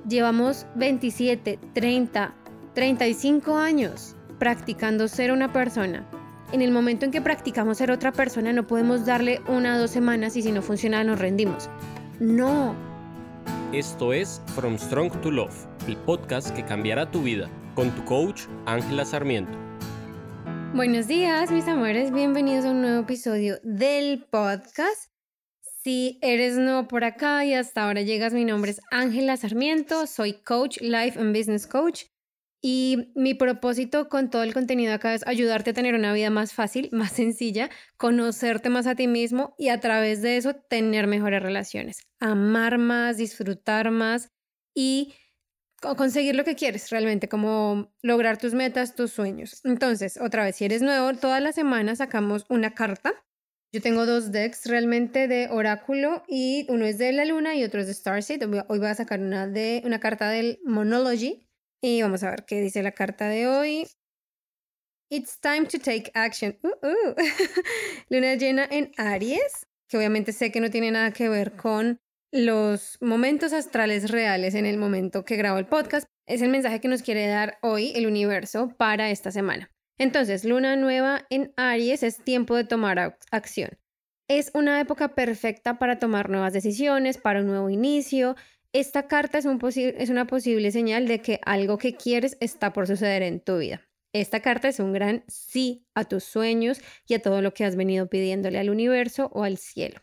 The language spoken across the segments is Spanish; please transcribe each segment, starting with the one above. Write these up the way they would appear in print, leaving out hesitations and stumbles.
Llevamos 27, 30, 35 años practicando ser una persona. En el momento en que practicamos ser otra persona, no podemos darle 1 o 2 semanas y si no funciona nos rendimos. No. Esto es From Strong to Love, el podcast que cambiará tu vida, con tu coach Ángela Sarmiento. Buenos días, mis amores. Bienvenidos a un nuevo episodio del podcast. Si eres nuevo por acá y hasta ahora llegas, mi nombre es Ángela Sarmiento. Soy coach, life and business coach. Y mi propósito con todo el contenido acá es ayudarte a tener una vida más fácil, más sencilla, conocerte más a ti mismo y a través de eso tener mejores relaciones, amar más, disfrutar más y conseguir lo que quieres realmente, como lograr tus metas, tus sueños. Entonces, otra vez, si eres nuevo, todas las semanas sacamos una carta. Yo tengo 2 decks realmente de oráculo y uno es de la luna y otro es de Starseed. Hoy voy a sacar una carta del Monology y vamos a ver qué dice la carta de hoy. It's time to take action. Luna llena en Aries, que obviamente sé que no tiene nada que ver con los momentos astrales reales en el momento que grabo el podcast. Es el mensaje que nos quiere dar hoy el universo para esta semana. Entonces, luna nueva en Aries, es tiempo de tomar acción. Es una época perfecta para tomar nuevas decisiones, para un nuevo inicio. Esta carta es una posible señal de que algo que quieres está por suceder en tu vida. Esta carta es un gran sí a tus sueños y a todo lo que has venido pidiéndole al universo o al cielo.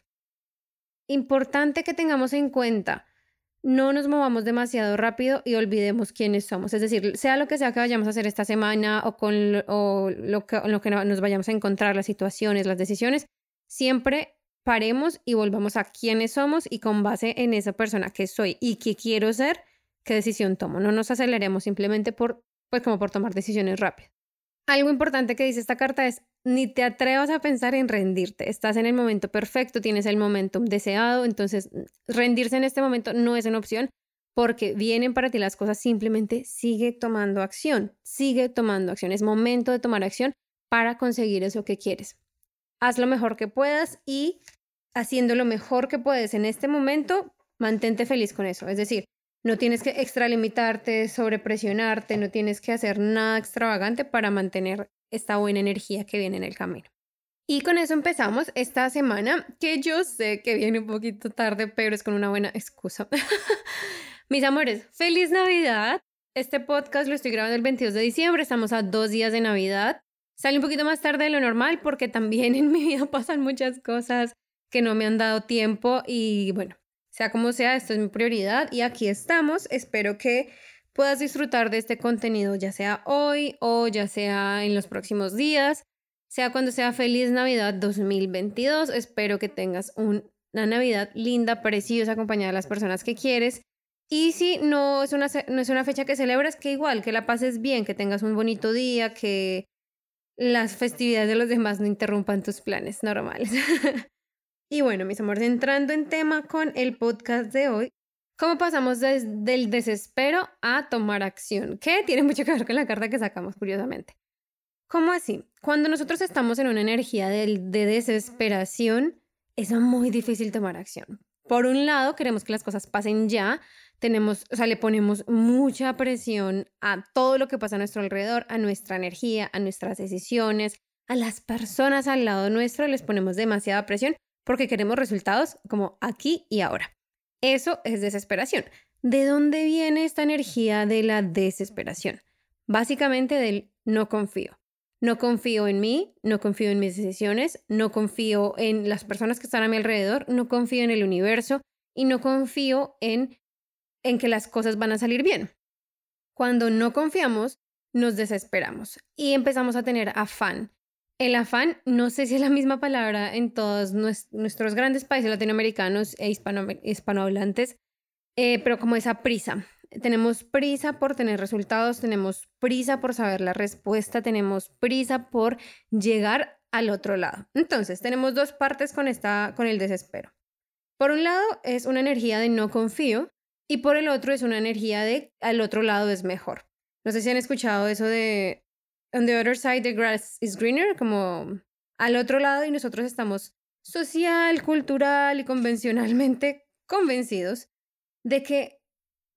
Importante que tengamos en cuenta, no nos movamos demasiado rápido y olvidemos quiénes somos. Es decir, sea lo que sea que vayamos a hacer esta semana o lo que nos vayamos a encontrar, las situaciones, las decisiones, siempre paremos y volvamos a quiénes somos y con base en esa persona que soy y que quiero ser, qué decisión tomo. No nos aceleremos simplemente por tomar decisiones rápidas. Algo importante que dice esta carta es, ni te atrevas a pensar en rendirte. Estás en el momento perfecto, tienes el momentum deseado, entonces rendirse en este momento no es una opción porque vienen para ti las cosas, simplemente sigue tomando acción, Es momento de tomar acción para conseguir eso que quieres. Haz lo mejor que puedas y haciendo lo mejor que puedes en este momento, mantente feliz con eso. Es decir, no tienes que extralimitarte, sobrepresionarte, no tienes que hacer nada extravagante para mantener esta buena energía que viene en el camino. Y con eso empezamos esta semana, que yo sé que viene un poquito tarde, pero es con una buena excusa. Mis amores, ¡feliz Navidad! Este podcast lo estoy grabando el 22 de diciembre, estamos a 2 días de Navidad. Sale un poquito más tarde de lo normal porque también en mi vida pasan muchas cosas que no me han dado tiempo y bueno, sea como sea, esto es mi prioridad y aquí estamos. Espero que puedas disfrutar de este contenido, ya sea hoy o ya sea en los próximos días, sea cuando sea. Feliz Navidad 2022. Espero que tengas una Navidad linda, preciosa, acompañada de las personas que quieres. Y si no es una fecha que celebres, que igual, que la pases bien, que tengas un bonito día, que las festividades de los demás no interrumpan tus planes normales. Y bueno, mis amores, entrando en tema con el podcast de hoy, ¿cómo pasamos del desespero a tomar acción? Que tiene mucho que ver con la carta que sacamos, curiosamente. ¿Cómo así? Cuando nosotros estamos en una energía de desesperación, es muy difícil tomar acción. Por un lado, queremos que las cosas pasen ya, le ponemos mucha presión a todo lo que pasa a nuestro alrededor, a nuestra energía, a nuestras decisiones, a las personas al lado nuestro, les ponemos demasiada presión porque queremos resultados como aquí y ahora. Eso es desesperación. ¿De dónde viene esta energía de la desesperación? Básicamente del no confío. No confío en mí, no confío en mis decisiones, no confío en las personas que están a mi alrededor, no confío en el universo y no confío en que las cosas van a salir bien. Cuando no confiamos, nos desesperamos y empezamos a tener afán. El afán, no sé si es la misma palabra en todos nuestros grandes países latinoamericanos e hispanohablantes, pero como esa prisa. Tenemos prisa por tener resultados, tenemos prisa por saber la respuesta, tenemos prisa por llegar al otro lado. Entonces, tenemos 2 partes con el desespero. Por un lado, es una energía de no confío y por el otro es una energía de al otro lado es mejor. No sé si han escuchado eso de on the other side the grass is greener, como al otro lado, y nosotros estamos social, cultural y convencionalmente convencidos de que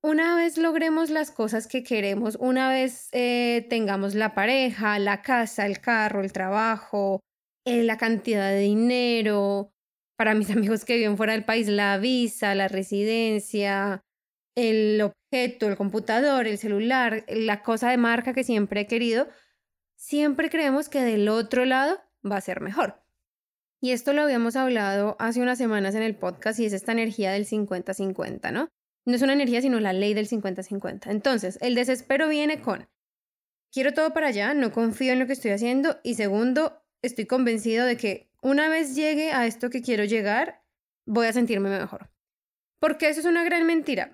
una vez logremos las cosas que queremos, una vez tengamos la pareja, la casa, el carro, el trabajo, la cantidad de dinero, para mis amigos que viven fuera del país, la visa, la residencia, el objeto, el computador, el celular, la cosa de marca que siempre he querido, siempre creemos que del otro lado va a ser mejor. Y esto lo habíamos hablado hace unas semanas en el podcast y es esta energía del 50-50, ¿no? No es una energía, sino la ley del 50-50. Entonces, el desespero viene con, quiero todo para allá, no confío en lo que estoy haciendo y segundo, estoy convencido de que una vez llegue a esto que quiero llegar, voy a sentirme mejor. Porque eso es una gran mentira.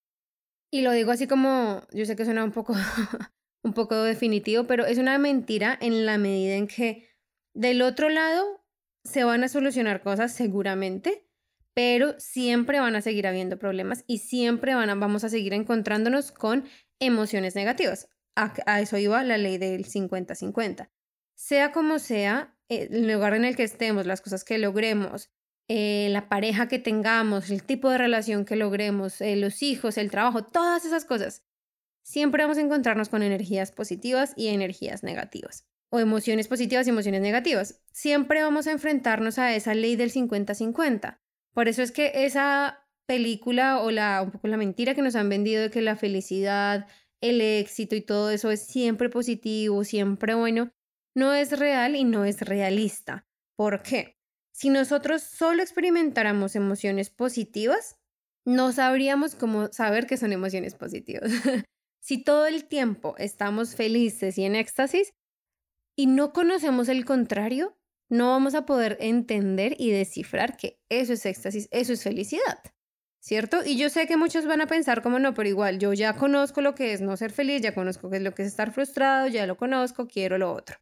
Y lo digo así como, yo sé que suena un poco, un poco definitivo, pero es una mentira en la medida en que del otro lado se van a solucionar cosas seguramente, pero siempre van a seguir habiendo problemas y siempre vamos a seguir encontrándonos con emociones negativas. A eso iba la ley del 50-50. Sea como sea, el lugar en el que estemos, las cosas que logremos, la pareja que tengamos, el tipo de relación que logremos, los hijos, el trabajo, todas esas cosas, siempre vamos a encontrarnos con energías positivas y energías negativas. O emociones positivas y emociones negativas. Siempre vamos a enfrentarnos a esa ley del 50-50. Por eso es que esa película o un poco la mentira que nos han vendido de que la felicidad, el éxito y todo eso es siempre positivo, siempre bueno, no es real y no es realista. ¿Por qué? Si nosotros solo experimentáramos emociones positivas, no sabríamos cómo saber que son emociones positivas. Si todo el tiempo estamos felices y en éxtasis, y no conocemos el contrario, no vamos a poder entender y descifrar que eso es éxtasis, eso es felicidad, ¿cierto? Y yo sé que muchos van a pensar como no, pero igual yo ya conozco lo que es no ser feliz, ya conozco qué es lo que es estar frustrado, ya lo conozco, quiero lo otro.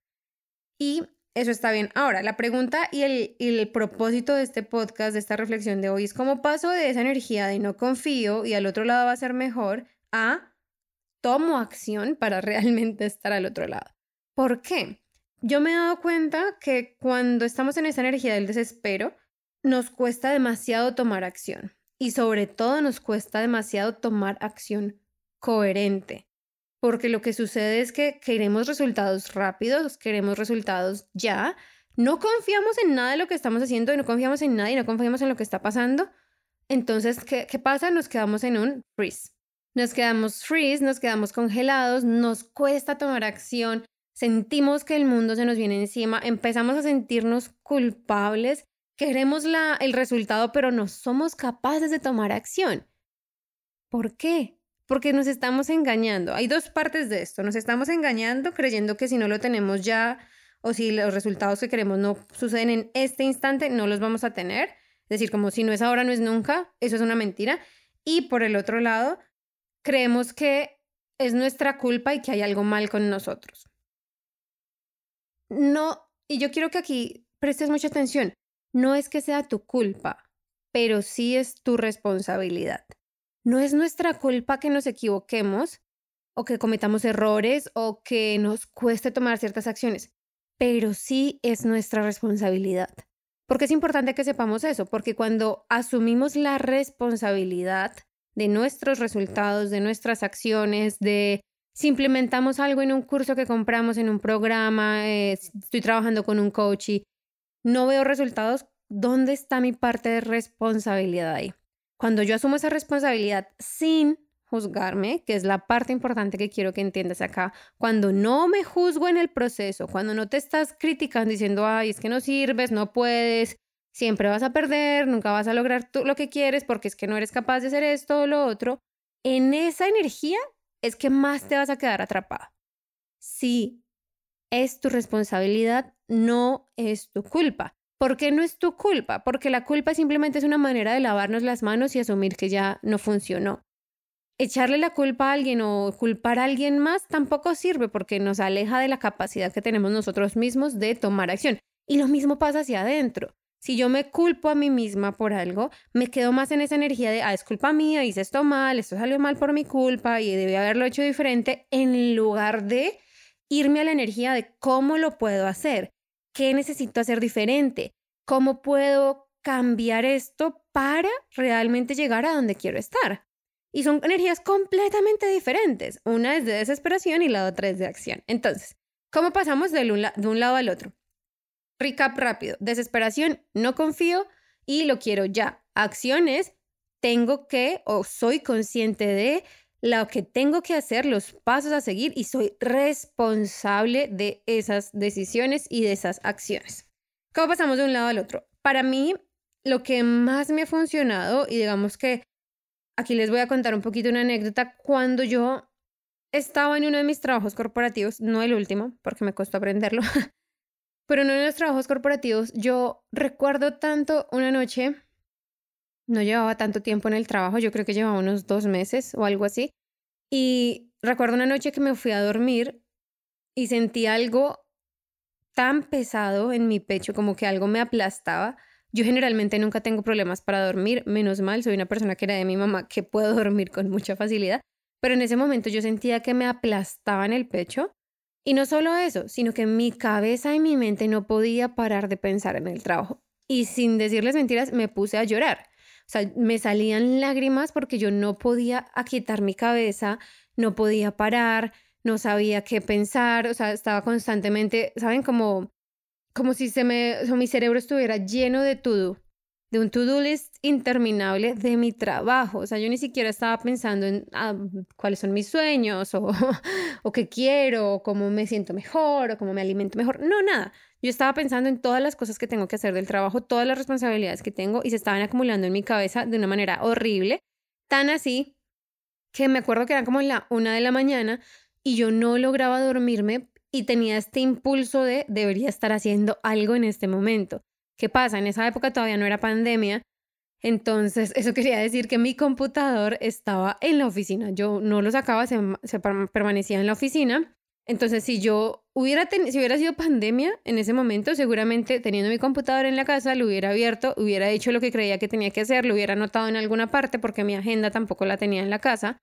Y eso está bien. Ahora, la pregunta y el propósito de este podcast, de esta reflexión de hoy, es cómo paso de esa energía de no confío y al otro lado va a ser mejor a tomo acción para realmente estar al otro lado. ¿Por qué? Yo me he dado cuenta que cuando estamos en esa energía del desespero, nos cuesta demasiado tomar acción y sobre todo nos cuesta demasiado tomar acción coherente, porque lo que sucede es que queremos resultados rápidos, queremos resultados ya, no confiamos en nada de lo que estamos haciendo y no confiamos en nada y no confiamos en lo que está pasando. Entonces, ¿qué pasa? Nos quedamos en un freeze. Nos quedamos congelados, nos cuesta tomar acción, sentimos que el mundo se nos viene encima, empezamos a sentirnos culpables, queremos el resultado, pero no somos capaces de tomar acción. ¿Por qué? Porque nos estamos engañando. Hay dos partes de esto. Nos estamos engañando creyendo que si no lo tenemos ya o si los resultados que queremos no suceden en este instante, no los vamos a tener. Es decir, como si no es ahora, no es nunca. Eso es una mentira. Y por el otro lado, creemos que es nuestra culpa y que hay algo mal con nosotros. No, y yo quiero que aquí prestes mucha atención. No es que sea tu culpa, pero sí es tu responsabilidad. No es nuestra culpa que nos equivoquemos o que cometamos errores o que nos cueste tomar ciertas acciones, pero sí es nuestra responsabilidad. ¿Por qué es importante que sepamos eso? Porque cuando asumimos la responsabilidad de nuestros resultados, de nuestras acciones, si implementamos algo en un curso que compramos, en un programa, estoy trabajando con un coach y no veo resultados, ¿dónde está mi parte de responsabilidad ahí? Cuando yo asumo esa responsabilidad sin juzgarme, que es la parte importante que quiero que entiendas acá, cuando no me juzgo en el proceso, cuando no te estás criticando diciendo, ay, es que no sirves, no puedes, siempre vas a perder, nunca vas a lograr tú lo que quieres porque es que no eres capaz de hacer esto o lo otro, en esa energía es que más te vas a quedar atrapado. Sí, es tu responsabilidad, no es tu culpa. ¿Por qué no es tu culpa? Porque la culpa simplemente es una manera de lavarnos las manos y asumir que ya no funcionó. Echarle la culpa a alguien o culpar a alguien más tampoco sirve porque nos aleja de la capacidad que tenemos nosotros mismos de tomar acción. Y lo mismo pasa hacia adentro. Si yo me culpo a mí misma por algo, me quedo más en esa energía de, es culpa mía, hice esto mal, esto salió mal por mi culpa y debí haberlo hecho diferente, en lugar de irme a la energía de cómo lo puedo hacer, qué necesito hacer diferente, cómo puedo cambiar esto para realmente llegar a donde quiero estar. Y son energías completamente diferentes. Una es de desesperación y la otra es de acción. Entonces, ¿cómo pasamos de un lado al otro? Recap rápido. Desesperación, no confío y lo quiero ya. Acciones, tengo que o soy consciente de lo que tengo que hacer, los pasos a seguir y soy responsable de esas decisiones y de esas acciones. ¿Cómo pasamos de un lado al otro? Para mí, lo que más me ha funcionado, y digamos que aquí les voy a contar un poquito una anécdota, cuando yo estaba en uno de mis trabajos corporativos, no el último, porque me costó aprenderlo, pero en uno de los trabajos corporativos, yo recuerdo tanto una noche, no llevaba tanto tiempo en el trabajo, yo creo que llevaba unos 2 meses o algo así, y recuerdo una noche que me fui a dormir y sentí algo tan pesado en mi pecho, como que algo me aplastaba. Yo generalmente nunca tengo problemas para dormir, menos mal, soy una persona que era de mi mamá, que puedo dormir con mucha facilidad, pero en ese momento yo sentía que me aplastaba en el pecho. Y no solo eso, sino que mi cabeza y mi mente no podía parar de pensar en el trabajo. Y sin decirles mentiras, me puse a llorar. O sea, me salían lágrimas porque yo no podía aquietar mi cabeza, no podía parar, no sabía qué pensar, o sea, estaba constantemente, ¿saben? Como si mi cerebro estuviera lleno de un to-do list interminable de mi trabajo. O sea, yo ni siquiera estaba pensando en cuáles son mis sueños o qué quiero, o cómo me siento mejor, o cómo me alimento mejor. No, nada. Yo estaba pensando en todas las cosas que tengo que hacer del trabajo, todas las responsabilidades que tengo y se estaban acumulando en mi cabeza de una manera horrible. Tan así que me acuerdo que era como la 1 de la mañana y yo no lograba dormirme y tenía este impulso de debería estar haciendo algo en este momento. ¿Qué pasa? En esa época todavía no era pandemia, entonces eso quería decir que mi computador estaba en la oficina. Yo no lo sacaba, permanecía en la oficina. Entonces, si hubiera sido pandemia en ese momento, seguramente teniendo mi computador en la casa, lo hubiera abierto, hubiera hecho lo que creía que tenía que hacer, lo hubiera anotado en alguna parte porque mi agenda tampoco la tenía en la casa.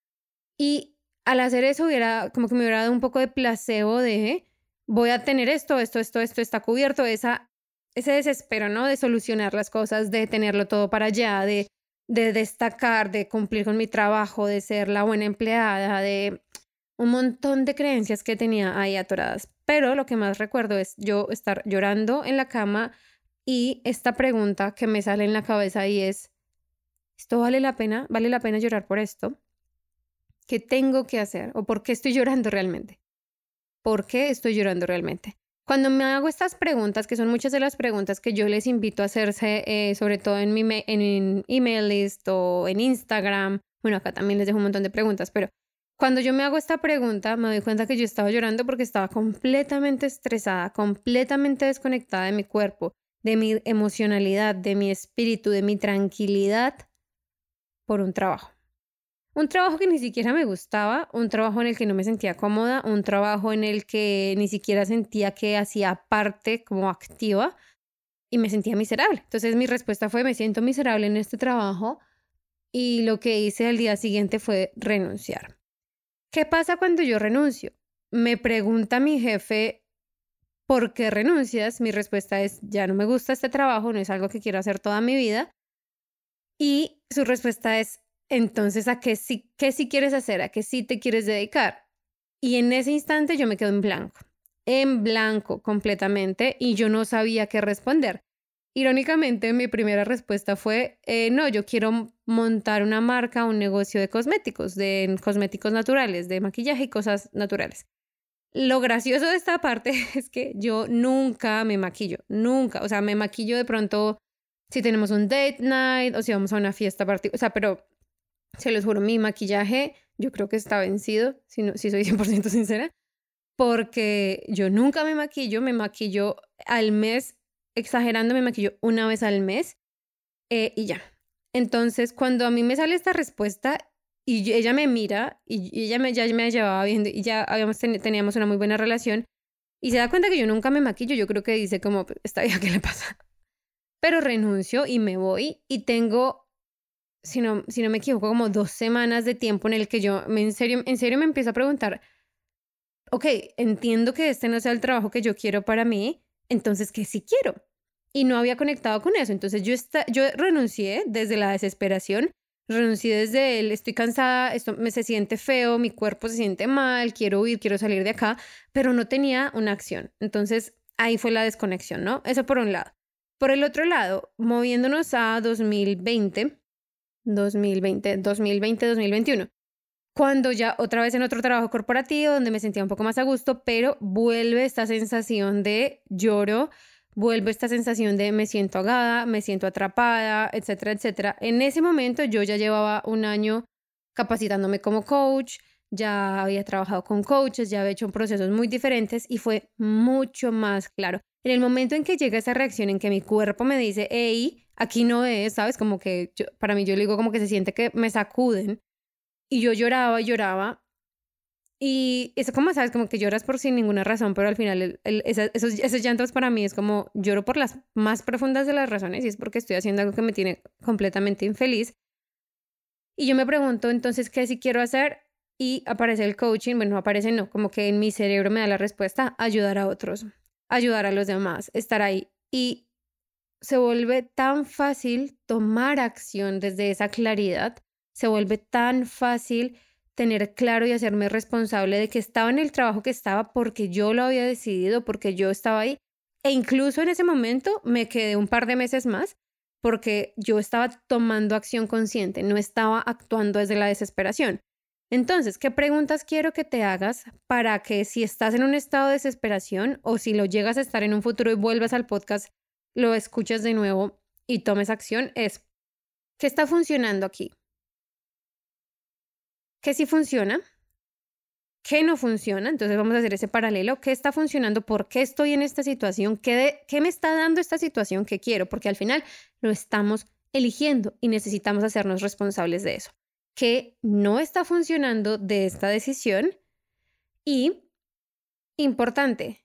Y al hacer eso como que me hubiera dado un poco de placebo de voy a tener esto está cubierto, ese desespero, ¿no? De solucionar las cosas, de tenerlo todo para allá, de destacar, de cumplir con mi trabajo, de ser la buena empleada, de un montón de creencias que tenía ahí atoradas. Pero lo que más recuerdo es yo estar llorando en la cama y esta pregunta que me sale en la cabeza y es, ¿esto vale la pena? ¿Vale la pena llorar por esto? ¿Qué tengo que hacer? ¿O por qué estoy llorando realmente? ¿Por qué estoy llorando realmente? Cuando me hago estas preguntas, que son muchas de las preguntas que yo les invito a hacerse, sobre todo en mi email list o en Instagram, bueno, acá también les dejo un montón de preguntas, pero cuando yo me hago esta pregunta, me doy cuenta que yo estaba llorando porque estaba completamente estresada, completamente desconectada de mi cuerpo, de mi emocionalidad, de mi espíritu, de mi tranquilidad por un trabajo. Un trabajo que ni siquiera me gustaba, un trabajo en el que no me sentía cómoda, un trabajo en el que ni siquiera sentía que hacía parte como activa y me sentía miserable. Entonces mi respuesta fue, me siento miserable en este trabajo y lo que hice al día siguiente fue renunciar. ¿Qué pasa cuando yo renuncio? Me pregunta mi jefe, ¿por qué renuncias? Mi respuesta es, ya no me gusta este trabajo, no es algo que quiero hacer toda mi vida. Y su respuesta es, entonces, qué sí quieres hacer? ¿A qué sí te quieres dedicar? Y en ese instante yo me quedo en blanco completamente y yo no sabía qué responder. Irónicamente, mi primera respuesta fue, no, yo quiero montar una marca, un negocio de cosméticos naturales, de maquillaje y cosas naturales. Lo gracioso de esta parte es que yo nunca me maquillo, nunca. O sea, me maquillo de pronto si tenemos un date night o si vamos a una fiesta particular. O sea, pero se los juro, mi maquillaje yo creo que está vencido, si soy 100% sincera, porque yo nunca me maquillo al mes, exagerando, me maquillo una vez al mes y ya. Entonces, cuando a mí me sale esta respuesta y ella me mira y ella ya me llevaba viendo y ya teníamos una muy buena relación y se da cuenta que yo nunca me maquillo, yo creo que dice como, esta vieja, ¿qué le pasa? Pero renuncio y me voy y tengo, si no me equivoco, como 2 semanas de tiempo en el que yo en serio me empiezo a preguntar, ok, entiendo que este no sea el trabajo que yo quiero para mí, entonces, ¿qué sí quiero? Y no había conectado con eso. Entonces yo renuncié desde la desesperación, renuncié desde él, estoy cansada, esto se siente feo, mi cuerpo se siente mal, quiero huir, quiero salir de acá, pero no tenía una acción. Entonces ahí fue la desconexión, ¿no? Eso por un lado. Por el otro lado, moviéndonos a 2021, cuando ya otra vez en otro trabajo corporativo donde me sentía un poco más a gusto, pero vuelve esta sensación de lloro, vuelve esta sensación de me siento ahogada, me siento atrapada, etcétera, etcétera. En ese momento yo ya llevaba un año capacitándome como coach, ya había trabajado con coaches, ya había hecho procesos muy diferentes y fue mucho más claro. En el momento en que llega esa reacción en que mi cuerpo me dice, hey, aquí no es, ¿sabes? Como que para mí yo le digo como que se siente que me sacuden y yo lloraba y lloraba. Y eso como, ¿sabes? Como que lloras por sin ninguna razón, pero al final esos llantos para mí es como lloro por las más profundas de las razones y es porque estoy haciendo algo que me tiene completamente infeliz. Y yo me pregunto entonces, ¿qué si quiero hacer? Y aparece el coaching, bueno, aparece no, como que en mi cerebro me da la respuesta, ayudar a otros, ayudar a los demás, estar ahí. Y se vuelve tan fácil tomar acción desde esa claridad, se vuelve tan fácil tener claro y hacerme responsable de que estaba en el trabajo que estaba porque yo lo había decidido, porque yo estaba ahí. E incluso en ese momento me quedé un par de meses más porque yo estaba tomando acción consciente, no estaba actuando desde la desesperación. Entonces, ¿qué preguntas quiero que te hagas para que si estás en un estado de desesperación o si lo llegas a estar en un futuro y vuelvas al podcast, lo escuches de nuevo y tomes acción? Es, ¿qué está funcionando aquí? ¿Qué sí funciona? ¿Qué no funciona? Entonces vamos a hacer ese paralelo. ¿Qué está funcionando? ¿Por qué estoy en esta situación? ¿Qué me está dando esta situación que quiero? Porque al final lo estamos eligiendo y necesitamos hacernos responsables de eso. ¿Qué no está funcionando de esta decisión? Y, importante,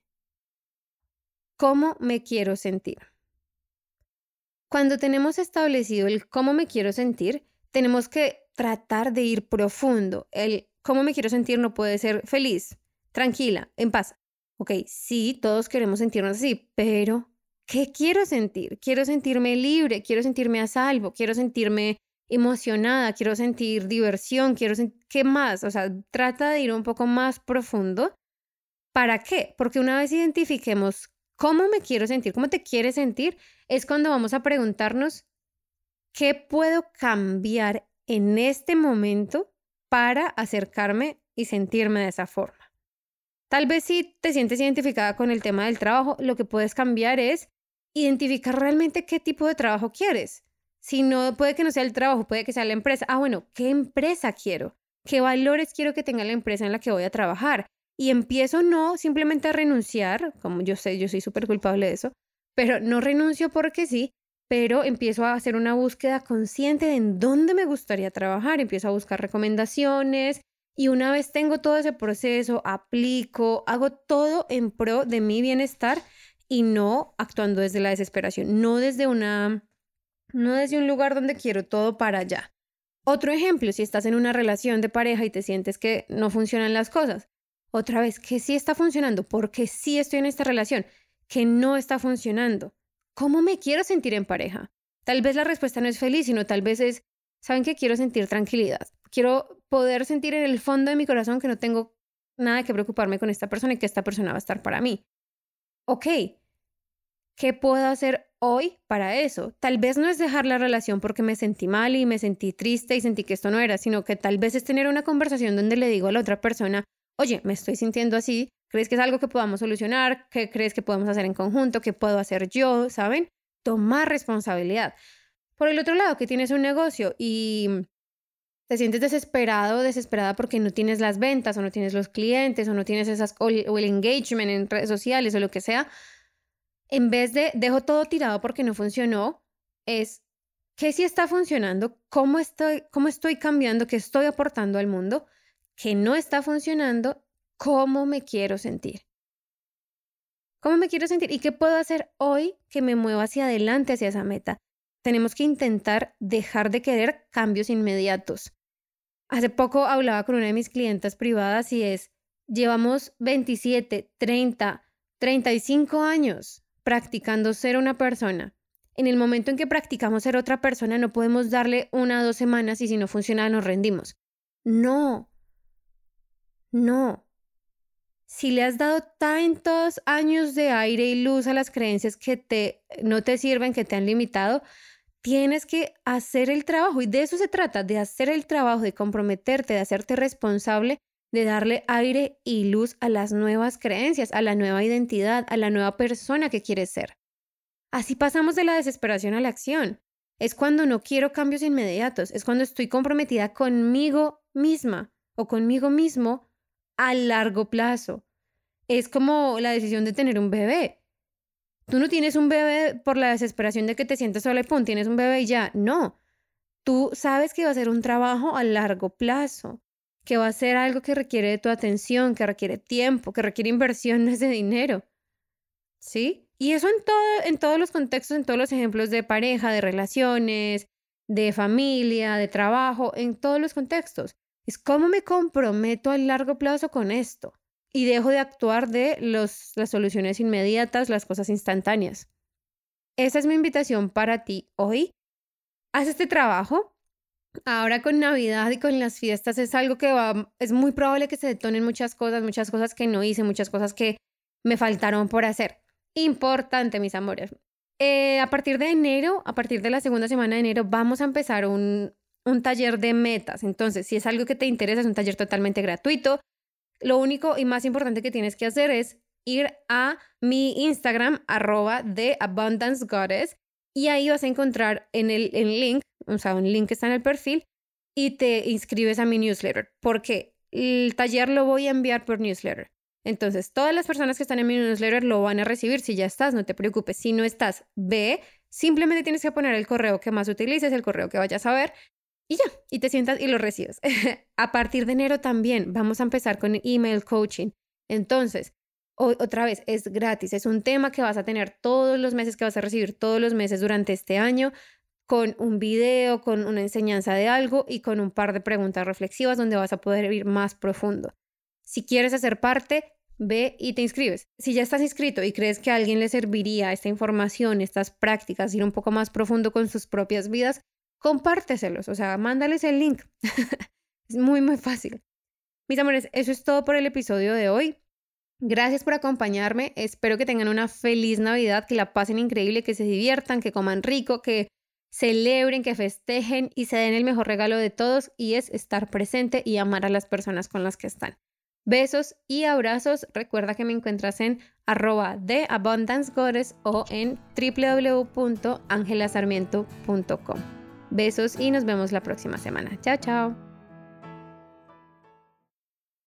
¿cómo me quiero sentir? Cuando tenemos establecido el cómo me quiero sentir, tenemos que tratar de ir profundo. El cómo me quiero sentir no puede ser feliz, tranquila, en paz. Ok, sí, todos queremos sentirnos así, pero ¿qué quiero sentir? Quiero sentirme libre, quiero sentirme a salvo, quiero sentirme emocionada, quiero sentir diversión, ¿qué más? O sea, trata de ir un poco más profundo. ¿Para qué? Porque una vez identifiquemos cómo me quiero sentir, cómo te quieres sentir, es cuando vamos a preguntarnos qué puedo cambiar en este momento para acercarme y sentirme de esa forma. Tal vez si te sientes identificada con el tema del trabajo, lo que puedes cambiar es identificar realmente qué tipo de trabajo quieres. Si no, puede que no sea el trabajo, puede que sea la empresa. Bueno, ¿qué empresa quiero? ¿Qué valores quiero que tenga la empresa en la que voy a trabajar? Y empiezo no simplemente a renunciar, como yo sé, yo soy súper culpable de eso, pero no renuncio porque sí, pero empiezo a hacer una búsqueda consciente de en dónde me gustaría trabajar, empiezo a buscar recomendaciones y una vez tengo todo ese proceso, aplico, hago todo en pro de mi bienestar y no actuando desde la desesperación, no desde un lugar donde quiero todo para allá. Otro ejemplo, si estás en una relación de pareja y te sientes que no funcionan las cosas, otra vez, que sí está funcionando, porque sí estoy en esta relación, que no está funcionando. ¿Cómo me quiero sentir en pareja? Tal vez la respuesta no es feliz, sino tal vez es, ¿saben qué? Quiero sentir tranquilidad. Quiero poder sentir en el fondo de mi corazón que no tengo nada que preocuparme con esta persona y que esta persona va a estar para mí. Ok, ¿qué puedo hacer hoy para eso? Tal vez no es dejar la relación porque me sentí mal y me sentí triste y sentí que esto no era, sino que tal vez es tener una conversación donde le digo a la otra persona, oye, me estoy sintiendo así, ¿crees que es algo que podamos solucionar? ¿Qué crees que podemos hacer en conjunto? ¿Qué puedo hacer yo? ¿Saben? Tomar responsabilidad. Por el otro lado, que tienes un negocio y te sientes desesperado o desesperada porque no tienes las ventas o no tienes los clientes o no tienes o el engagement en redes sociales o lo que sea, en vez de dejo todo tirado porque no funcionó, es ¿qué sí está funcionando? ¿Cómo estoy cambiando? ¿Qué estoy aportando al mundo? ¿Qué no está funcionando? ¿Cómo me quiero sentir? ¿Cómo me quiero sentir? ¿Y qué puedo hacer hoy que me mueva hacia adelante, hacia esa meta? Tenemos que intentar dejar de querer cambios inmediatos. Hace poco hablaba con una de mis clientas privadas y llevamos 27, 30, 35 años practicando ser una persona En el momento en que practicamos ser otra persona, no podemos darle 1 o 2 semanas y si no funciona nos rendimos. No. Si le has dado tantos años de aire y luz a las creencias que no te sirven, que te han limitado, tienes que hacer el trabajo. Y de eso se trata, de hacer el trabajo, de comprometerte, de hacerte responsable, de darle aire y luz a las nuevas creencias, a la nueva identidad, a la nueva persona que quieres ser. Así pasamos de la desesperación a la acción. Es cuando no quiero cambios inmediatos, es cuando estoy comprometida conmigo misma o conmigo mismo a largo plazo. Es como la decisión de tener un bebé. Tú no tienes un bebé por la desesperación de que te sientes sola y pum, tienes un bebé y ya. No. Tú sabes que va a ser un trabajo a largo plazo, que va a ser algo que requiere de tu atención, que requiere tiempo, que requiere inversiones de dinero. ¿Sí? Y eso en todos los contextos, en todos los ejemplos de pareja, de relaciones, de familia, de trabajo, en todos los contextos. Es cómo me comprometo a largo plazo con esto y dejo de actuar de las soluciones inmediatas, las cosas instantáneas. Esa es mi invitación para ti hoy. Haz este trabajo. Ahora con Navidad y con las fiestas es algo que es muy probable que se detonen muchas cosas que no hice, muchas cosas que me faltaron por hacer. Importante, mis amores. A partir de enero, a partir de la segunda semana de enero, vamos a empezar un taller de metas. Entonces, si es algo que te interesa, es un taller totalmente gratuito. Lo único y más importante que tienes que hacer es ir a mi Instagram, @theabundancegoddess, y ahí vas a encontrar el link, o sea, un link que está en el perfil, y te inscribes a mi newsletter, porque el taller lo voy a enviar por newsletter. Entonces, todas las personas que están en mi newsletter lo van a recibir. Si ya estás, no te preocupes. Si no estás, ve. Simplemente tienes que poner el correo que más utilices, el correo que vayas a ver, y ya, y te sientas y lo recibes. A partir de enero también vamos a empezar con email coaching. Entonces, otra vez, es gratis. Es un tema que vas a tener todos los meses, que vas a recibir todos los meses durante este año, con un video, con una enseñanza de algo y con un par de preguntas reflexivas donde vas a poder ir más profundo. Si quieres hacer parte, ve y te inscribes. Si ya estás inscrito y crees que a alguien le serviría esta información, estas prácticas, ir un poco más profundo con sus propias vidas, compárteselos, o sea, mándales el link. Es muy, muy fácil. Mis amores, eso es todo por el episodio de hoy. Gracias por acompañarme. Espero que tengan una feliz Navidad, que la pasen increíble, que se diviertan, que coman rico, que celebren, que festejen y se den el mejor regalo de todos, y es estar presente y amar a las personas con las que están. Besos y abrazos. Recuerda que me encuentras en @theabundancegoddess o en www.angelasarmiento.com. Besos y nos vemos la próxima semana. Chao, chao.